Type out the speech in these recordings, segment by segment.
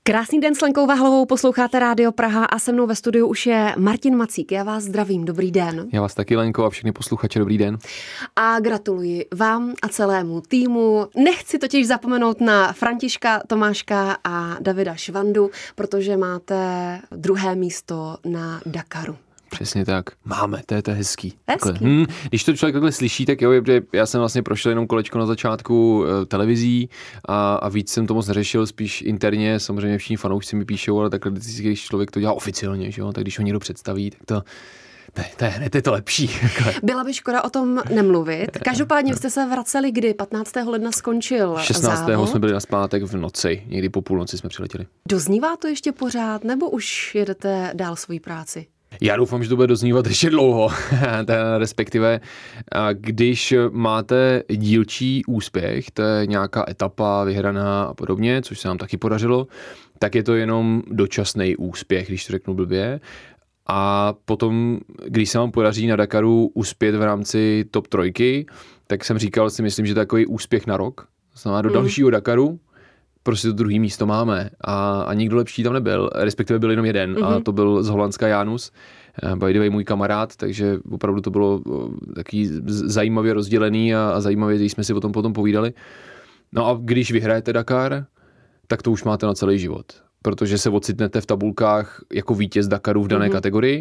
Krásný den s Lenkou Vahlovou, posloucháte Rádio Praha a se mnou ve studiu už je Martin Macík. Já vás zdravím, dobrý den. Já vás taky, Lenko, a všechny posluchače, dobrý den. A gratuluji vám a celému týmu. Nechci totiž zapomenout na Františka Tomáška a Davida Švandu, protože máte druhé místo na Dakaru. Přesně tak. Máme, to je hezký. Hezký. Když to člověk takhle slyší, tak jo, já jsem vlastně prošel jenom kolečko na začátku televizí a víc jsem to moc neřešil, spíš interně, samozřejmě všichni fanoušci mi píšou, ale takhle když člověk to dělá oficiálně, že jo, tak když ho někdo představí, tak to je hned to lepší. Byla by škoda o tom nemluvit. Každopádně jste se vraceli kdy? 15. ledna skončil 16. závod. jsme byli nazpátek v noci, někdy po půlnoci jsme přiletěli. Doznívá to ještě pořád, nebo už jedete dál svoji práci? Já doufám, že to bude doznívat ještě dlouho, respektive když máte dílčí úspěch, to je nějaká etapa vyhraná a podobně, což se nám taky podařilo, tak je to jenom dočasný úspěch, když to řeknu blbě. A potom, když se vám podaří na Dakaru uspět v rámci top 3, tak jsem říkal, si myslím, že takový úspěch na rok, znamená do dalšího Dakaru, prostě to druhý místo máme a nikdo lepší tam nebyl, respektive byl jenom jeden a to byl z Holandska Janus, by the way můj kamarád, takže opravdu to bylo taky zajímavě rozdělený a zajímavě, když jsme si o tom potom povídali. No a když vyhrajete Dakar, tak to už máte na celý život, protože se ocitnete v tabulkách jako vítěz Dakaru v dané kategorii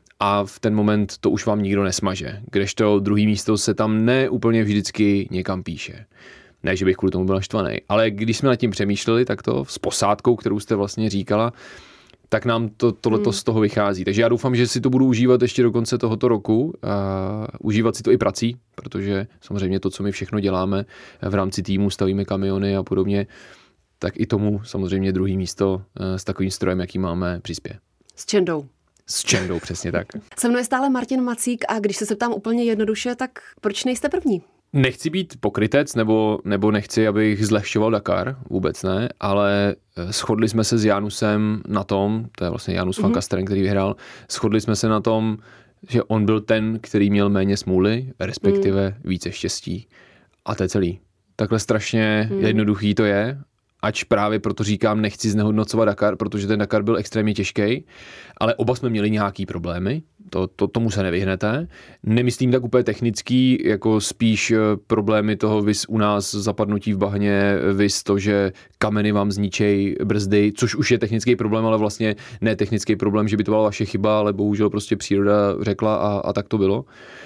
a v ten moment to už vám nikdo nesmaže, kdežto druhý místo se tam ne úplně vždycky někam píše. Ne, že bych kvůli tomu byl naštvaný, ale když jsme nad tím přemýšleli, tak to s posádkou, kterou jste vlastně říkala, tak nám tohleto z toho vychází. Takže já doufám, že si to budu užívat ještě do konce tohoto roku, užívat si to i prací, protože samozřejmě to, co my všechno děláme v rámci týmu, stavíme kamiony a podobně, tak i tomu samozřejmě druhý místo s takovým strojem, jaký máme, přispěje. S Čendou. S Čendou, přesně tak. Se mnou je stále Martin Macík a když se ptám úplně jednoduše, tak proč nejste první? Nechci být pokrytec, nebo nechci, abych zlehčoval Dakar, vůbec ne, ale shodli jsme se s Janusem na tom, to je vlastně Janus van Kasteren, který vyhrál, shodli jsme se na tom, že on byl ten, který měl méně smůly, respektive více štěstí. A to je celý. Takhle strašně jednoduchý to je, ač právě proto říkám, nechci znehodnocovat Dakar, protože ten Dakar byl extrémně těžký, ale oba jsme měli nějaký problémy, tomu se nevyhnete. Nemyslím tak úplně technický, jako spíš problémy toho vys u nás zapadnutí v bahně, vys to, že kameny vám zničej brzdy, což už je technický problém, ale vlastně ne technický problém, že by to byla vaše chyba, ale bohužel prostě příroda řekla a tak to bylo.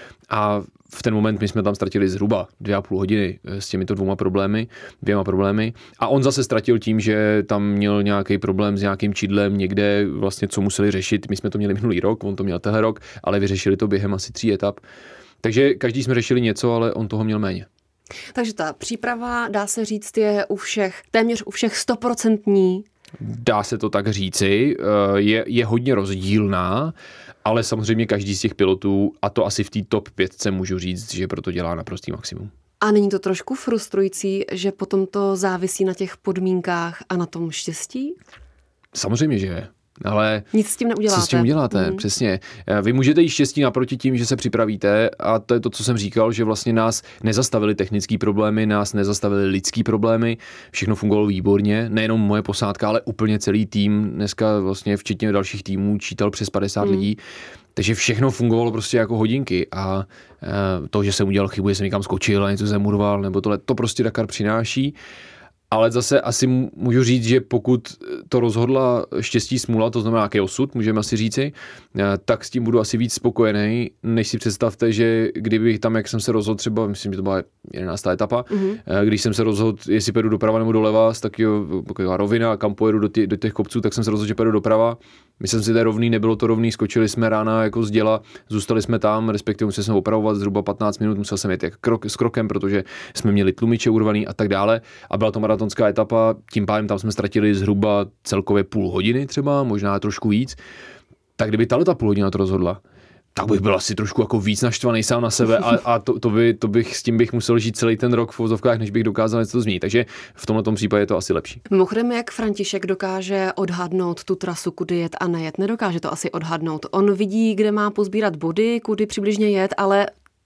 A v ten moment my jsme tam ztratili zhruba 2,5 hodiny s těmito dvěma problémy. A on zase ztratil tím, že tam měl nějaký problém s nějakým čidlem někde, vlastně co museli řešit. My jsme to měli minulý rok, on to měl tenhle rok, ale vyřešili to během asi 3 etap. Takže každý jsme řešili něco, ale on toho měl méně. Takže ta příprava, dá se říct, je téměř u všech 100%. Dá se to tak říci, je hodně rozdílná, ale samozřejmě každý z těch pilotů, a to asi v té top 5 můžu říct, že proto dělá naprostý maximum. A není to trošku frustrující, že potom to závisí na těch podmínkách a na tom štěstí? Samozřejmě, že je. Ale nic s tím neuděláte. Co s tím uděláte, přesně. Vy můžete jít štěstí naproti tím, že se připravíte a to je to, co jsem říkal, že vlastně nás nezastavili technické problémy, nás nezastavili lidský problémy, všechno fungovalo výborně, nejenom moje posádka, ale úplně celý tým, dneska vlastně včetně dalších týmů čítal přes 50 lidí, takže všechno fungovalo prostě jako hodinky a to, že jsem udělal chybu, že jsem někam skočil a něco zamuroval, nebo tohle, to prostě Dakar přináší. Ale zase asi můžu říct, že pokud to rozhodla štěstí smůla, to znamená nějaký osud, můžeme asi říci, tak s tím budu asi víc spokojený, než si představte, že kdybych tam, jak jsem se rozhodl třeba, myslím, že to byla 11. etapa, když jsem se rozhodl, jestli pojedu doprava nebo doleva, z taková rovina, kam pojedu do těch kopců, tak jsem se rozhodl, že pojedu doprava. Myslím si, že to je rovný, nebylo to rovný, skočili jsme rána jako z děla, zůstali jsme tam, respektive museli jsme opravovat zhruba 15 minut, musel jsem jet s krokem, protože jsme měli tlumiče urvaný a tak dále a byla to maratonská etapa, tím pádem tam jsme ztratili zhruba celkově půl hodiny třeba, možná trošku víc, tak kdyby ta půl hodina to rozhodla, tak bych byl asi trošku jako víc naštvaný sám na sebe a to bych, s tím bych musel žít celý ten rok v vozovkách, než bych dokázal něco změnit. Takže v tomto případě je to asi lepší. Mimochodem, jak František dokáže odhadnout tu trasu, kudy jet a nejet, nedokáže to asi odhadnout. On vidí, kde má pozbírat body, kudy přibližně jet, ale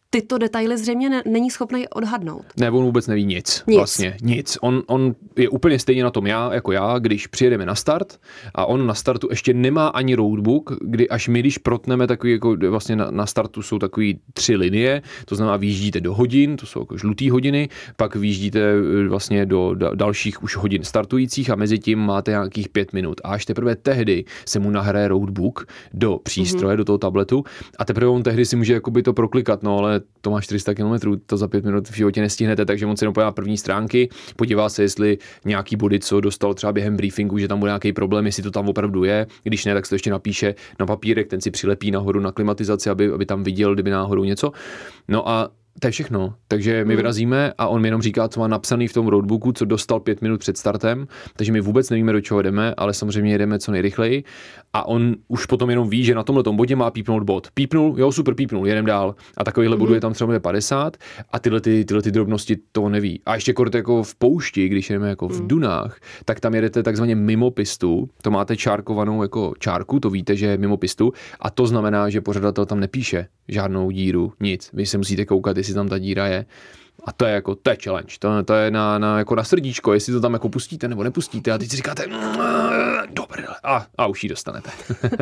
tyto detaily zřejmě není schopný odhadnout. Ne, on vůbec neví nic. Vlastně nic. On je úplně stejně na tom jako já, když přijedeme na start a on na startu ještě nemá ani roadbook, kdy až my, když protneme takový, jako vlastně na startu jsou takový 3 linie, to znamená vyjíždíte do hodin, to jsou jako žlutý hodiny, pak vyjíždíte vlastně do dalších už hodin startujících a mezi tím máte nějakých 5 minut. A až teprve tehdy se mu nahraje roadbook do přístroje, do toho tabletu a teprve on tehdy si může jakoby to proklikat, no ale to má 400 km, to za 5 minut v životě nestihnete, takže on se jenom podívá první stránky, podívá se, jestli nějaký body, co dostal třeba během briefingu, že tam bude nějaký problém, jestli to tam opravdu je, když ne, tak se to ještě napíše na papírek, ten si přilepí nahoru na klimatizaci, aby tam viděl, kdyby náhodou něco. No a to je všechno. Takže my vyrazíme a on mi jenom říká, co má napsaný v tom roadbooku, co dostal 5 minut před startem, takže my vůbec nevíme, do čeho jdeme, ale samozřejmě jedeme co nejrychleji a on už potom jenom ví, že na tomhletom bodě má pípnout bod. Pípnul, jo, super, pípnul, jedem dál. A takovýhle bodů je tam třeba 50 a tyhle drobnosti to neví. A ještě jako v poušti, když jedeme jako v dunách, tak tam jedete takzvaně mimo pistu, to máte čárkovanou jako čárku, to víte, že je mimo pistu a to znamená, že pořadatel tam nepíše žádnou díru, nic. Vy se musíte koukat, jestli tam ta díra je. A to je challenge. To je jako na srdíčko, jestli to tam jako pustíte nebo nepustíte. A teď si říkáte, dobré, a už ji dostanete.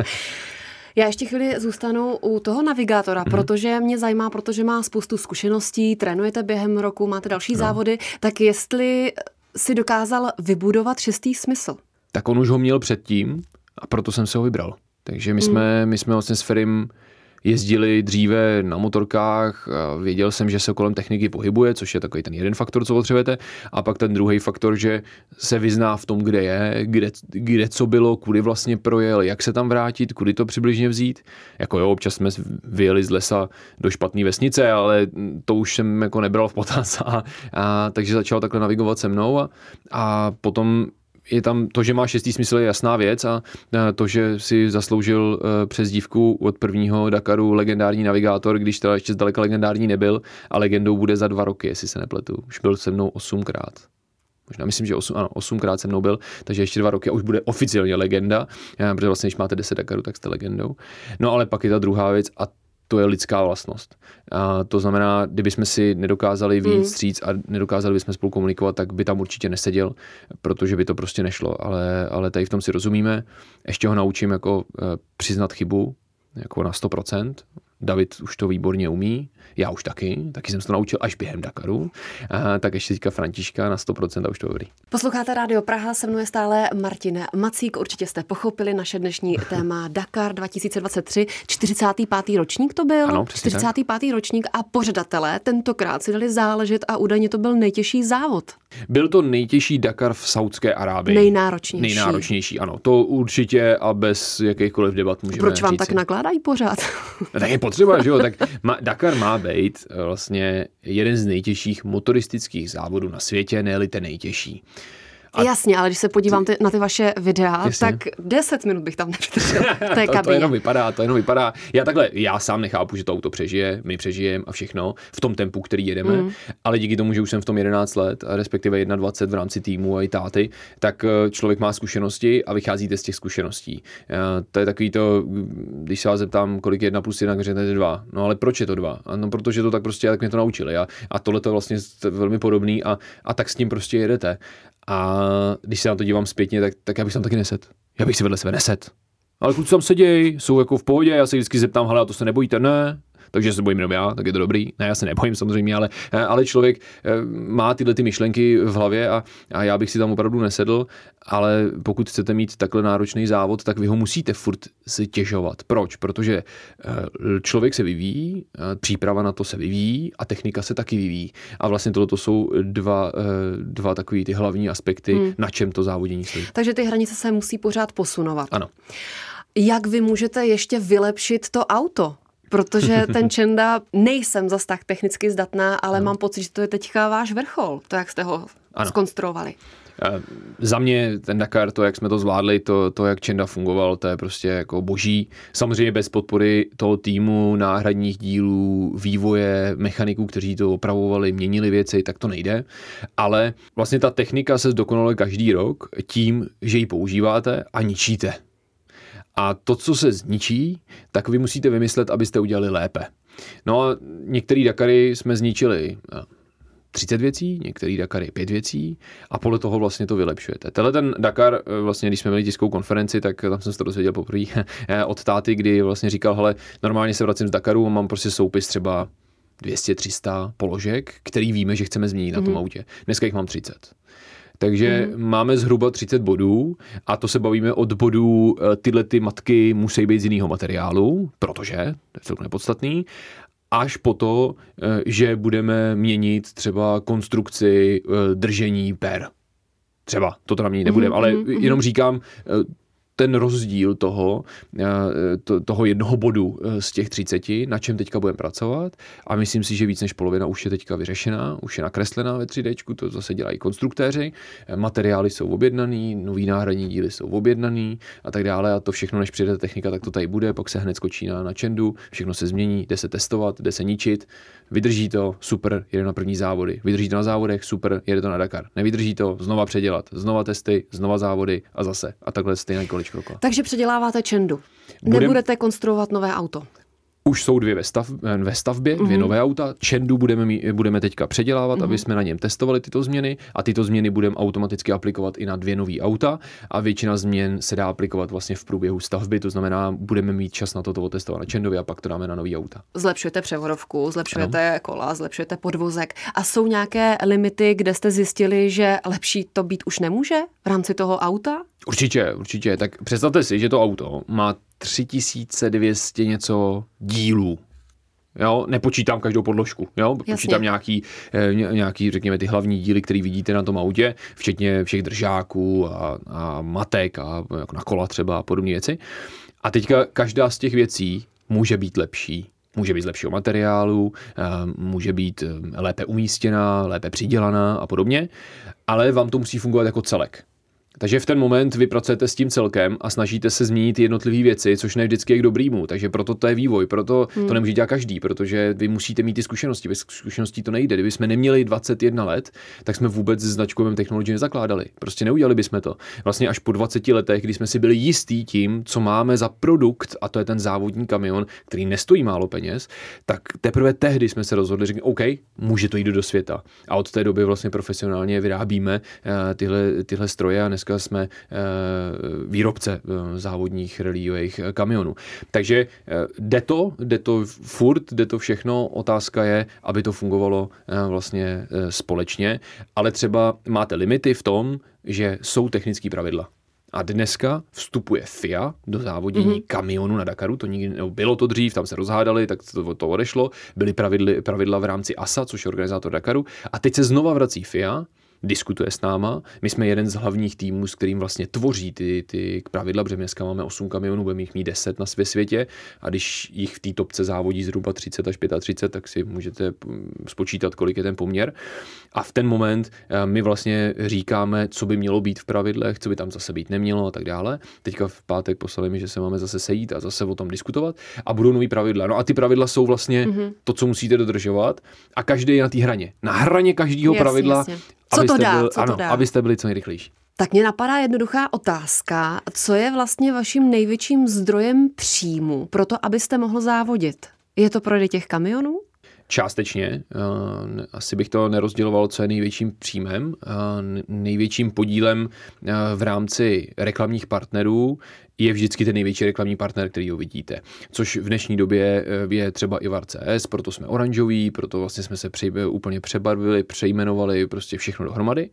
Já ještě chvíli zůstanu u toho navigátora, protože mě zajímá, protože má spoustu zkušeností, trénujete během roku, máte další závody, tak jestli si dokázal vybudovat 6. smysl. Tak on už ho měl předtím a proto jsem se ho vybral. Takže my jsme vlastně s Ferim jezdili dříve na motorkách, věděl jsem, že se kolem techniky pohybuje, což je takový ten jeden faktor, co potřebujete, a pak ten druhý faktor, že se vyzná v tom, kde je, kde co bylo, kudy vlastně projel, jak se tam vrátit, kudy to přibližně vzít. Jako jo, občas jsme vyjeli z lesa do špatné vesnice, ale to už jsem jako nebral v potaz takže začal takhle navigovat se mnou a potom je tam to, že má 6. smysl, je jasná věc a to, že si zasloužil přezdívku od prvního Dakaru legendární navigátor, když teda ještě zdaleka legendární nebyl a legendou bude za 2 roky, jestli se nepletu. Už byl se mnou 8krát. Možná myslím, že 8krát se mnou byl, takže ještě 2 roky a už bude oficiálně legenda, protože vlastně, když máte 10 Dakarů, tak jste legendou. No ale pak je ta druhá věc a to je lidská vlastnost. A to znamená, kdybychom si nedokázali vyjít vstříc a nedokázali bychom spolu komunikovat, tak by tam určitě neseděl, protože by to prostě nešlo. Ale tady v tom si rozumíme. Ještě ho naučím jako přiznat chybu jako na 100%. David už to výborně umí, já už taky jsem se to naučil až během Dakaru, tak ještě teďka Františka na 100% a už to dobrý. Posloucháte Rádio Praha, se mnou je stále Martin Macík, určitě jste pochopili naše dnešní téma Dakar 2023, 45. ročník to byl, ano, 45. Tak. ročník a pořadatelé tentokrát si dali záležet a údajně to byl nejtěžší závod. Byl to nejtěžší Dakar v Saúdské Arábii. Nejnáročnější, ano, to určitě a bez jakýchkoliv debat můžeme říct. Proč vám tak nakládají pořád? Tak je potřeba, že jo, tak Dakar má být vlastně jeden z nejtěžších motoristických závodů na světě, ne-li ten nejtěžší. Jasně, ale když se podívám na ty vaše videa, tak 10 minut bych tam nevydržel v té kabině. To jenom vypadá. Já sám nechápu, že to auto přežije, my přežijeme a všechno v tom tempu, který jedeme, ale díky tomu, že už jsem v tom 11 let, a respektive 21 v rámci týmu a i táty, tak člověk má zkušenosti a vycházíte z těch zkušeností. To je takový to, když se vás zeptám, kolik je 1 + 1, řeknete 2. No ale proč je to 2? No, protože to tak prostě, tak mě to naučili. A tohle to vlastně je velmi podobný a tak s tím prostě jedete. A když se na to dívám zpětně, tak já bych tam taky neset. Já bych si vedle sebe neset. Ale kluci tam sedějí, jsou jako v pohodě, já se vždycky zeptám, hele, a to se nebojíte? Ne. Takže se bojím jenom já, tak je to dobrý. Ne, já se nebojím samozřejmě, ale člověk má tyhle ty myšlenky v hlavě a já bych si tam opravdu nesedl, ale pokud chcete mít takhle náročný závod, tak vy ho musíte furt si těžovat. Proč? Protože člověk se vyvíjí, příprava na to se vyvíjí a technika se taky vyvíjí. A vlastně tohle jsou dva takový ty hlavní aspekty, na čem to závodění stojí. Takže ty hranice se musí pořád posunovat. Ano. Jak vy můžete ještě vylepšit to auto? Protože ten Čenda, nejsem zas tak technicky zdatná, ale mám pocit, že to je teďka váš vrchol, to, jak jste ho zkonstruovali. Za mě ten Dakar, to, jak jsme to zvládli, to, jak Čenda fungoval, to je prostě jako boží. Samozřejmě bez podpory toho týmu, náhradních dílů, vývoje, mechaniků, kteří to opravovali, měnili věci, tak to nejde. Ale vlastně ta technika se zdokonaluje každý rok tím, že ji používáte a ničíte. A to, co se zničí, tak vy musíte vymyslet, abyste udělali lépe. No a některé Dakary jsme zničili 30 věcí, některý Dakary 5 věcí a podle toho vlastně to vylepšujete. Tenhle ten Dakar, vlastně když jsme měli tiskovou konferenci, tak tam jsem se to dozvěděl poprvé od táty, kdy vlastně říkal, hele, normálně se vracím z Dakaru a mám prostě soupis třeba 200-300 položek, který víme, že chceme změnit na tom autě. Dneska jich mám 30. Takže máme zhruba 30 bodů a to se bavíme od bodů, tyhle ty matky musí být z jiného materiálu, protože, to je celkem nepodstatný, až po to, že budeme měnit třeba konstrukci držení per. Třeba, to teda měnit nebudeme, ale jenom říkám, ten rozdíl toho jednoho bodu z těch 30, na čem teďka budeme pracovat a myslím si, že víc než polovina už je teďka vyřešená, už je nakreslená ve 3D, to zase dělají konstruktéři, materiály jsou objednaný, nový náhradní díly jsou objednaný a tak dále a to všechno, než přijde technika, tak to tady bude, pak se hned skočí na Čendu, všechno se změní, jde se testovat, jde se ničit, vydrží to, super, jede na první závody, vydrží to na závodech, super, jede to na Dakar, nevydrží to, znova předělat, znova testy, znova závody a zase a takhle stejný kolečko. Takže předěláváte Čendu. Nebudete konstruovat nové auto. Už jsou dvě ve stavbě, dvě nové auta. Čendu budeme teďka předělávat, aby jsme na něm testovali tyto změny a tyto změny budeme automaticky aplikovat i na dvě nový auta a většina změn se dá aplikovat vlastně v průběhu stavby, to znamená, budeme mít čas na to otestovat na Čendovi a pak to dáme na nový auta. Zlepšujete převodovku, zlepšujete kola, zlepšujete podvozek a jsou nějaké limity, kde jste zjistili, že lepší to být už nemůže v rámci toho auta? Určitě. Tak představte si, že to auto má 3200 něco dílů. Jo, nepočítám každou podložku, jo, počítám nějaký, řekněme, ty hlavní díly, které vidíte na tom autě, včetně všech držáků a matek a jako na kola třeba a podobné věci. A teďka každá z těch věcí může být lepší. Může být z lepšího materiálu, může být lépe umístěná, lépe přidělaná a podobně, ale vám to musí fungovat jako celek. Takže v ten moment vy pracujete s tím celkem a snažíte se změnit jednotlivé věci, což ne vždycky je k dobrýmu. Takže proto to je vývoj, proto to nemůže dělat každý, protože vy musíte mít ty zkušenosti. Bez zkušeností to nejde. Kdyby jsme neměli 21 let, tak jsme vůbec s značkovým technologií nezakládali. Prostě neudělali bychom to. Vlastně až po 20 letech, kdy jsme si byli jistí tím, co máme za produkt, a to je ten závodní kamion, který nestojí málo peněz, tak teprve tehdy jsme se rozhodli, řekli, OK, může to jít do světa. A od té doby vlastně profesionálně vyrábíme tyhle stroje a dneska jsme výrobce závodních rallyových kamionů. Takže jde to furt, jde to všechno. Otázka je, aby to fungovalo vlastně společně, ale třeba máte limity v tom, že jsou technické pravidla. A dneska vstupuje FIA do závodění kamionu na Dakaru, to nikdy bylo to dřív, tam se rozhádali, tak to odešlo, byly pravidla v rámci ASA, což je organizátor Dakaru, a teď se znova vrací FIA, diskutuje s náma. My jsme jeden z hlavních týmů, s kterým vlastně tvoří ty pravidla, protože dneska máme 8 kamionů, budeme jich mít 10 na světě a když jich v té topce závodí zhruba 30 až 35, tak si můžete spočítat, kolik je ten poměr. A v ten moment my vlastně říkáme, co by mělo být v pravidlech, co by tam zase být nemělo a tak dále. Teďka v pátek poslali mi, že se máme zase sejít a zase o tom diskutovat a budou nový pravidla. No a ty pravidla jsou vlastně to, co musíte dodržovat a každý je na té hraně. Na hraně každého pravidla. Jasně. Co to dá? Abyste byli co nejrychlejší. Tak mě napadá jednoduchá otázka. Co je vlastně vaším největším zdrojem příjmu pro to, abyste mohl závodit? Je to prodej těch kamionů? Částečně. Asi bych to nerozděloval, co je největším příjmem. Největším podílem v rámci reklamních partnerů je vždycky ten největší reklamní partner, který ho vidíte. Což v dnešní době je třeba Ivar CS, proto jsme oranžoví, proto vlastně jsme se úplně přebarvili, přejmenovali, prostě všechno dohromady.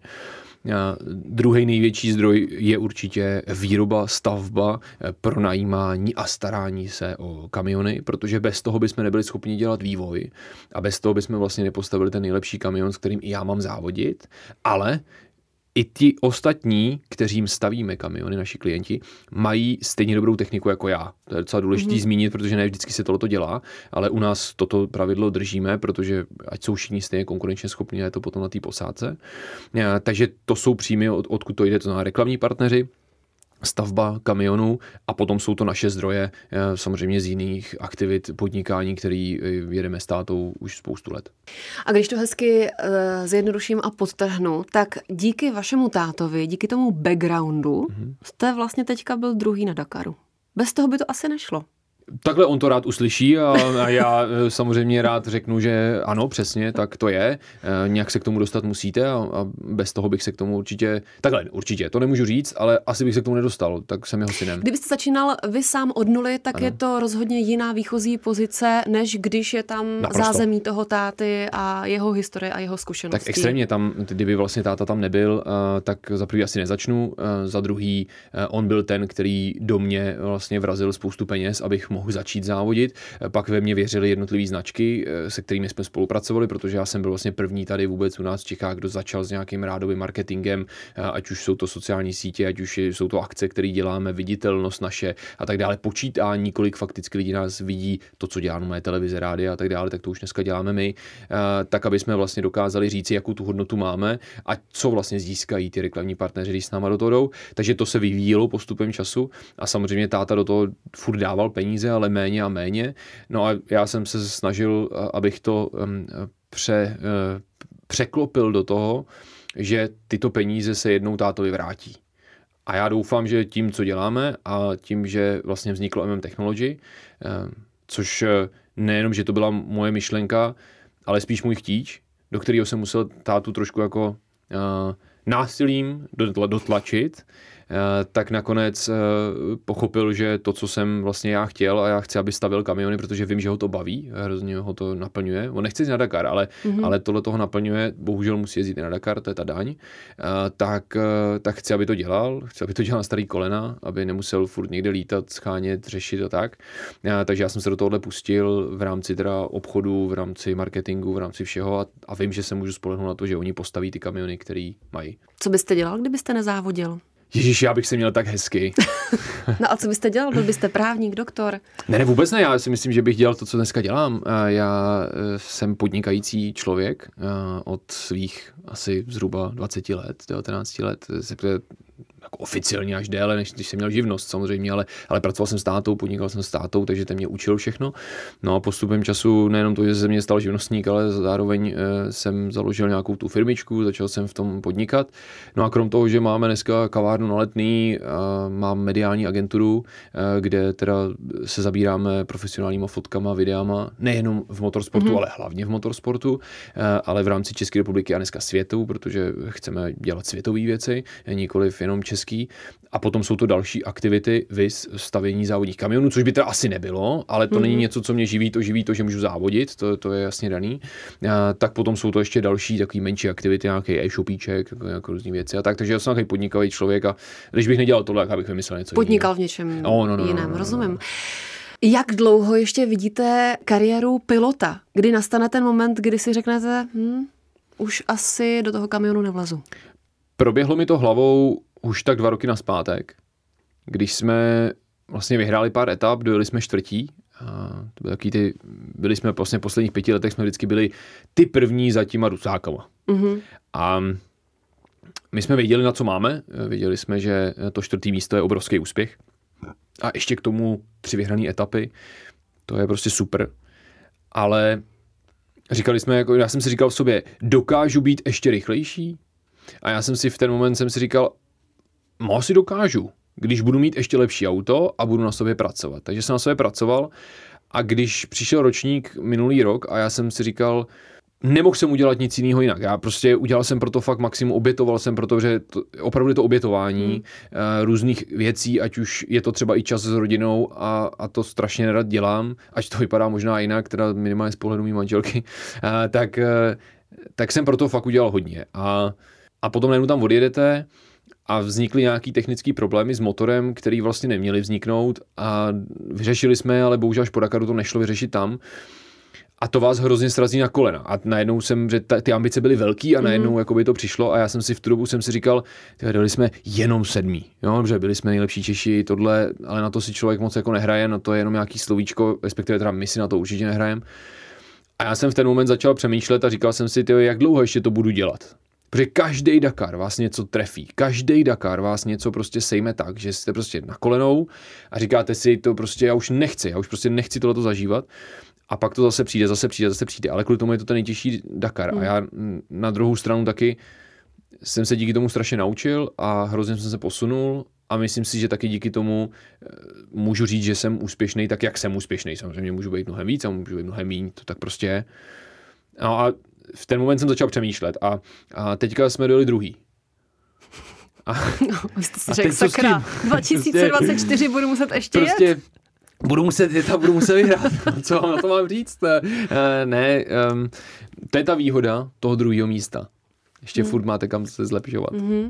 Druhý největší zdroj je určitě výroba, stavba, pronajímání a starání se o kamiony, protože bez toho bychom nebyli schopni dělat vývoj a bez toho bychom vlastně nepostavili ten nejlepší kamion, s kterým i já mám závodit, ale i ti ostatní, kterým stavíme kamiony, naši klienti, mají stejně dobrou techniku jako já. To je docela důležité zmínit, protože ne vždycky se tohleto dělá, ale u nás toto pravidlo držíme, protože ať jsou všichni stejně konkurenčně schopní, je to potom na té posádce. Takže to jsou příjmy, odkud to jde, to znamená reklamní partneři, stavba kamionů a potom jsou to naše zdroje samozřejmě z jiných aktivit podnikání, který jedeme s tátou už spoustu let. A když to hezky zjednoduším a podtrhnu, tak díky vašemu tátovi, díky tomu backgroundu, jste vlastně teďka byl druhý na Dakaru. Bez toho by to asi nešlo. Takhle on to rád uslyší a já samozřejmě rád řeknu, že ano, přesně, tak to je. Nějak se k tomu dostat musíte a bez toho bych se k tomu určitě, to nemůžu říct, ale asi bych se k tomu nedostal, tak jsem jeho synem. Kdybyste začínal vy sám od nuly, tak ano. Je to rozhodně jiná výchozí pozice, než když je tam zázemí toho táty a jeho historie a jeho zkušenosti. Tak extrémně tam, kdyby vlastně táta tam nebyl, tak za prvý asi nezačnu, za druhý on byl ten, který do mě vlastně vrazil spoustu peněz, abych mohl začít závodit. Pak ve mně věřili jednotlivé značky, se kterými jsme spolupracovali, protože já jsem byl vlastně první tady vůbec u nás v Čechách, kdo začal s nějakým rádovým marketingem, ať už jsou to sociální sítě, ať už jsou to akce, které děláme, viditelnost naše a tak dále, počítání, kolik fakticky lidi nás vidí, to, co dělá moje televize, rádia a tak dále, tak to už dneska děláme my, tak aby jsme vlastně dokázali říci, jakou tu hodnotu máme a co vlastně získají ty reklamní partneři, když s náma do toho jdou. Takže to se vyvíjelo postupem času a samozřejmě táta do toho furt dával peníze, ale méně a méně. No a já jsem se snažil, abych to překlopil do toho, že tyto peníze se jednou tátovi vrátí. A já doufám, že tím, co děláme a tím, že vlastně vzniklo MM Technology, což nejenom, že to byla moje myšlenka, ale spíš můj chtíč, do kterého jsem musel tátu trošku jako násilím dotlačit, tak nakonec pochopil, že to, co jsem vlastně já chtěl a já chci, aby stavěl kamiony, protože vím, že ho to baví, hrozně ho to naplňuje. On nechce jít na Dakar, ale tohle toho naplňuje, bohužel musí jezdit i na Dakar, to je ta daň, tak chci, aby to dělal, na starý kolena, aby nemusel furt někde lítat, schánět, řešit a tak. Takže já jsem se do tohohle pustil v rámci teda obchodu, v rámci marketingu, v rámci všeho a vím, že se můžu spolehnout na to, že oni postaví ty kamiony, které mají. Co byste dělal, kdybyste nezávodil? Ježíš, já bych se měl tak hezky. No a co byste dělal? Byl byste právník, doktor? Ne, vůbec ne. Já si myslím, že bych dělal to, co dneska dělám. Já jsem podnikající člověk od svých asi zhruba 20 let, 19 let. Jako oficiálně až déle, než když jsem měl živnost samozřejmě, ale pracoval jsem s tátou, podnikal jsem s tátou, takže ten mě učil všechno. No a postupem času nejenom to, že se mě stal živnostník, ale zároveň jsem založil nějakou tu firmičku, začal jsem v tom podnikat. No a krom toho, že máme dneska kavárnu na Letný, mám mediální agenturu, kde teda se zabíráme profesionálníma fotkama, videama, nejenom v motorsportu, ale hlavně v motorsportu, ale v rámci České republiky a dneska světu, protože chceme dělat světové věci, nikoliv jenom český. A potom jsou to další aktivity, viz stavění závodních kamionů, což by teda asi nebylo, ale to není něco, co mě živí to, že můžu závodit, to je jasně daný. Tak potom jsou to ještě další takový menší aktivity, nějaký e-shopíček, jako různý věci a tak. Takže já jsem takový podnikavý člověk a když bych nedělal tohle, jak bych vymyslel něco Podnikal jiného. v něčem jiném, rozumím. Jak dlouho ještě vidíte kariéru pilota? Kdy nastane ten moment, kdy si řeknete, už asi do toho kamionu nevlezu? Proběhlo mi to hlavou už tak 2 roky nazpátek, když jsme vlastně vyhráli pár etap, dojeli jsme čtvrtí. Byli jsme vlastně v posledních 5 letech jsme vždycky byli ty první za těma Rusákama. A my jsme věděli, na co máme. Věděli jsme, že to 4. místo je obrovský úspěch. A ještě k tomu 3 vyhrané etapy. To je prostě super. Ale říkali jsme, já jsem si říkal v sobě, dokážu být ještě rychlejší? A já jsem si v ten moment říkal, asi dokážu, když budu mít ještě lepší auto a budu na sobě pracovat. Takže jsem na sobě pracoval a když přišel ročník minulý rok a já jsem si říkal, nemohl jsem udělat nic jiného jinak. Já prostě udělal jsem pro to fakt maximum, obětoval jsem, protože opravdu to obětování různých věcí, ať už je to třeba i čas s rodinou a to strašně nerad dělám, ať to vypadá možná jinak, teda minimálně z pohledu mý manželky, tak jsem pro to fakt udělal hodně. A potom najednou tam odjedete a vznikly nějaký technický problémy s motorem, který vlastně neměly vzniknout a vyřešili jsme, ale bohužel až po Dakaru to nešlo vyřešit tam. A to vás hrozně srazí na kolena. A najednou že ty ambice byly velký a najednou jakoby to přišlo a já jsem si v tu dobu říkal, dali jsme jenom 7. Jo, dobře, byli jsme nejlepší Češi, tohle, ale na to si člověk moc jako nehraje, na to je jenom nějaký slovíčko, respektive teda my si na to určitě nehrajeme. A já jsem v ten moment začal přemýšlet a říkal jsem si, jak dlouho ještě to budu dělat. Protože každý Dakar vás něco trefí, každý Dakar vás něco prostě sejme tak, že jste prostě na kolenou a říkáte si, to prostě já už prostě nechci tohleto zažívat. A pak to zase přijde, ale kvůli tomu je to ten nejtěžší Dakar. A já na druhou stranu taky jsem se díky tomu strašně naučil a hrozně jsem se posunul a myslím si, že taky díky tomu můžu říct, že jsem úspěšný tak, jak jsem úspěšný. Samozřejmě můžu být mnohem víc a můžu být mnohem míň, to tak prostě je. No a v ten moment jsem začal přemýšlet a teďka jsme dojeli druhý. Vy jste si řekl, sakra, 2024 budu muset ještě jet. Budu muset vyhrát. Co vám na to mám říct? To je ta výhoda toho druhého místa. Ještě furt máte kam se zlepšovat.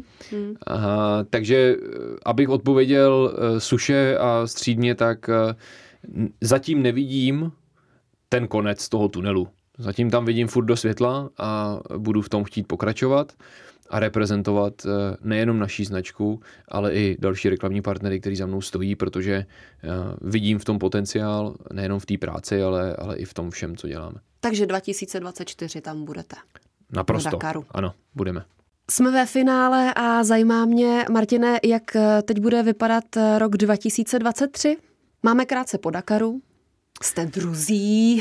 Takže abych odpověděl suše a střídmě, tak zatím nevidím ten konec toho tunelu. Zatím tam vidím furt do světla a budu v tom chtít pokračovat a reprezentovat nejenom naší značku, ale i další reklamní partnery, kteří za mnou stojí, protože vidím v tom potenciál, nejenom v té práci, ale i v tom všem, co děláme. Takže 2024 tam budete. Naprosto. Ano, budeme. Jsme ve finále a zajímá mě, Martine, jak teď bude vypadat rok 2023? Máme krátce po Dakaru. Jste druzí.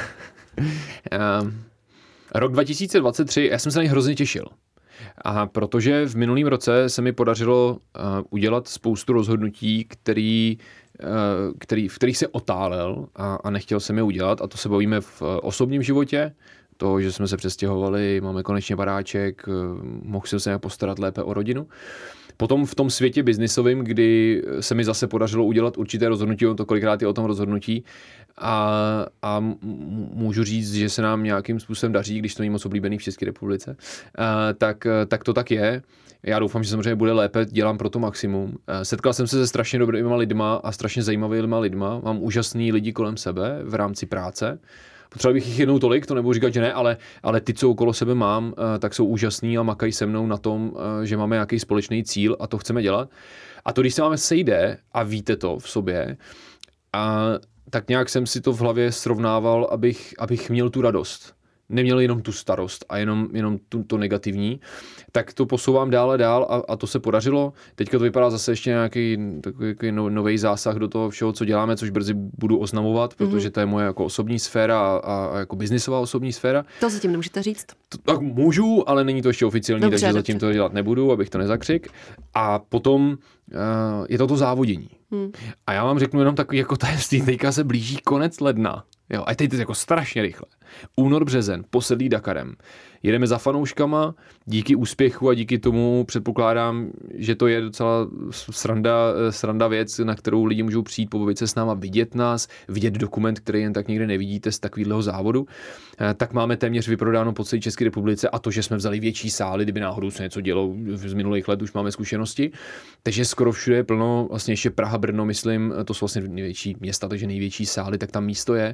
Rok 2023, já jsem se na něj hrozně těšil. A protože v minulém roce se mi podařilo udělat spoustu rozhodnutí, v kterých se otálel a nechtěl jsem je udělat. A to se bavíme v osobním životě. To, že jsme se přestěhovali, máme konečně baráček, mohl jsem se nějak postarat lépe o rodinu. Potom v tom světě biznisovým, kdy se mi zase podařilo udělat určité rozhodnutí, to kolikrát je o tom rozhodnutí a můžu říct, že se nám nějakým způsobem daří, když to není moc oblíbený v České republice, tak to tak je. Já doufám, že samozřejmě bude lépe, dělám pro to maximum. Setkal jsem se se strašně dobrýma lidma a strašně zajímavýma lidma. Mám úžasný lidi kolem sebe v rámci práce. Potřeboval bych jich jednou tolik, to nebudu říkat, že ne, ale ty, co okolo sebe mám, tak jsou úžasný a makají se mnou na tom, že máme nějaký společný cíl a to chceme dělat. A to, když se máme sejde a víte to v sobě, tak nějak jsem si to v hlavě srovnával, abych měl tu radost. Neměl jenom tu starost a jenom to negativní, tak to posouvám dál a dál a to se podařilo. Teďka to vypadá zase ještě nějaký takový nový zásah do toho všeho, co děláme, což brzy budu oznamovat, protože to je moje jako osobní sféra a jako biznisová osobní sféra. To zatím nemůžete říct? Tak můžu, ale není to ještě oficiální, takže zatím to dělat nebudu, abych to nezakřik. A potom je to závodění. A já vám řeknu jenom takový jako tajemství, teďka se blíží konec ledna. Jo, a teď jako strašně rychle. Únor, březen, posedlý Dakarem. Jedeme za fanouškama, díky úspěchu a díky tomu předpokládám, že to je docela sranda věc, na kterou lidi můžou přijít, pobavit se s náma, vidět nás, vidět dokument, který jen tak někde nevidíte z takového závodu. Tak máme téměř vyprodáno po celé České republice a to, že jsme vzali větší sály, kdyby náhodou se něco dělo z minulých let, už máme zkušenosti. Takže skoro všude je plno, vlastně ještě Praha, Brno, myslím, to jsou vlastně největší města, takže největší sály, tak tam místo je.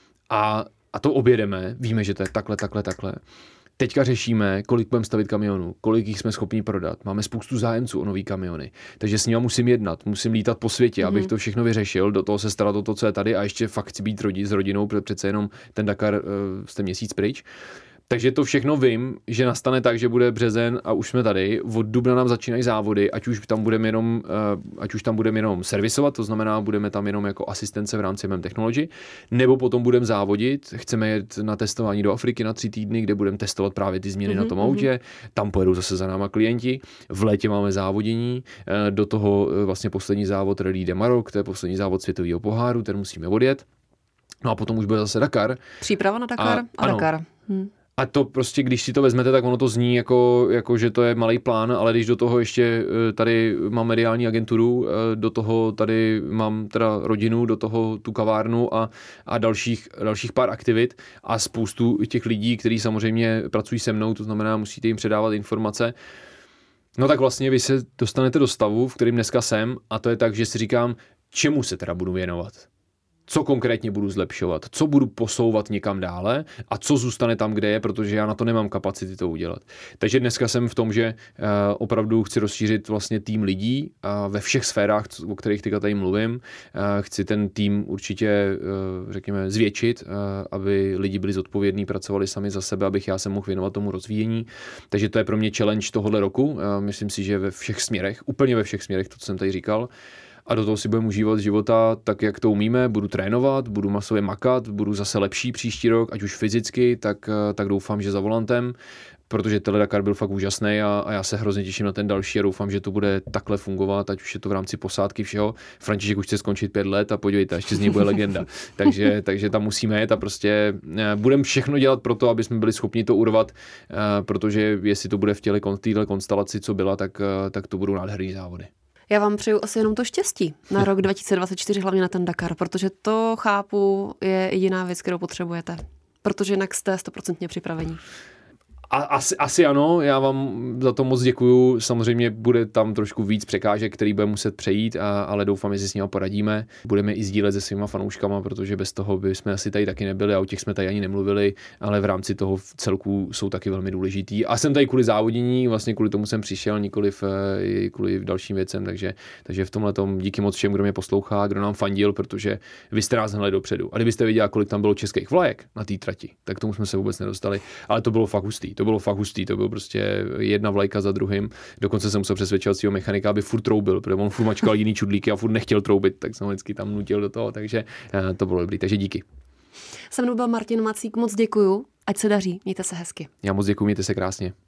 A to objedeme, víme, že to je takhle. Teďka řešíme, kolik budeme stavit kamionů, kolik jich jsme schopni prodat. Máme spoustu zájemců o nový kamiony, takže s nimi musím jednat, musím lítat po světě, abych to všechno vyřešil, do toho se starat o to, co je tady a ještě fakt chci být s rodinou, protože přece jenom ten Dakar jste měsíc pryč. Takže to všechno vím, že nastane tak, že bude březen a už jsme tady. Od dubna nám začínají závody, ať už tam budeme jenom servisovat, to znamená, budeme tam jenom jako asistence v rámci MM Technology, nebo potom budeme závodit. Chceme jet na testování do Afriky na 3 týdny, kde budeme testovat právě ty změny na tom autě. Tam pojedou zase za náma klienti. V létě máme závodění, do toho vlastně poslední závod Rallye de Maroc, to je poslední závod světového poháru, ten musíme odjet. No a potom už bude zase Dakar. Příprava na Dakar a Dakar. A to prostě, když si to vezmete, tak ono to zní jako že to je malý plán, ale když do toho ještě tady mám mediální agenturu, do toho tady mám teda rodinu, do toho tu kavárnu a dalších pár aktivit a spoustu těch lidí, kteří samozřejmě pracují se mnou, to znamená, musíte jim předávat informace. No tak vlastně vy se dostanete do stavu, v kterém dneska jsem, a to je tak, že si říkám, čemu se teda budu věnovat. Co konkrétně budu zlepšovat, co budu posouvat někam dále a co zůstane tam, kde je, protože já na to nemám kapacity to udělat. Takže dneska jsem v tom, že opravdu chci rozšířit vlastně tým lidí ve všech sférách, o kterých teďka tady mluvím. Chci ten tým určitě, řekněme, zvětšit, aby lidi byli zodpovědní, pracovali sami za sebe, abych já se mohl věnovat tomu rozvíjení. Takže to je pro mě challenge tohohle roku. Myslím si, že ve všech směrech, úplně ve všech směrech, to, co jsem tady říkal. a do toho si budeme užívat života tak, jak to umíme, budu trénovat, budu masově makat, budu zase lepší příští rok, ať už fyzicky, tak doufám, že za volantem, protože tenhle Dakar byl fakt úžasný a já se hrozně těším na ten další a doufám, že to bude takhle fungovat, ať už je to v rámci posádky všeho. František už chce skončit 5 let a podívejte, ještě z něj bude legenda. Takže tam musíme jet a prostě budeme všechno dělat pro to, aby jsme byli schopni to urvat, protože jestli to bude v téhle konstelaci, co byla, tak to budou nádherný závody. Já vám přeju asi jenom to štěstí na rok 2024, hlavně na ten Dakar, protože to chápu, je jediná věc, kterou potřebujete. Protože jinak jste 100% připravení. Asi ano, já vám za to moc děkuju. Samozřejmě bude tam trošku víc překážek, který bude muset přejít, ale doufám, že si s nimi poradíme. Budeme i sdílet se svýma fanouškama, protože bez toho bychom asi tady taky nebyli a o těch jsme tady ani nemluvili, ale v rámci toho v celku jsou taky velmi důležitý. A jsem tady kvůli závodění, vlastně kvůli tomu jsem přišel, nikoliv kvůli dalším věcem, takže v tomhletom díky moc všem, kdo mě poslouchá, kdo nám fandil, protože vy jste nás hnali dopředu. A kdybyste viděli, kolik tam bylo českých vlajek na té trati, tak tomu jsme se vůbec nedostali, ale to bylo fakt hustý. To bylo prostě jedna vlajka za druhým. Dokonce jsem musel přesvědčovat svého mechanika, aby furt troubil, protože on furt mačkal jiný čudlíky a furt nechtěl troubit, tak jsem vždycky tam nutil do toho, takže to bylo dobrý. Takže díky. Se mnou byl Martin Macík, moc děkuju, ať se daří, mějte se hezky. Já moc děkuju, mějte se krásně.